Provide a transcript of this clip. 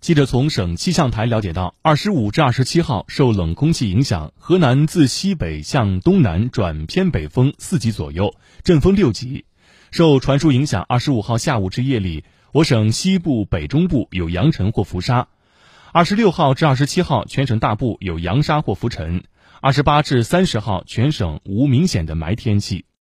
记者从省气象台了解到，25至27号受冷空气影响，河南自西北向东南转偏北风4级左右，阵风6级。受传输影响，25号下午至夜里，我省西部、北中部有扬尘或浮沙；26号至27号，全省大部有扬沙或浮尘；28至30号，全省无明显的霾天气。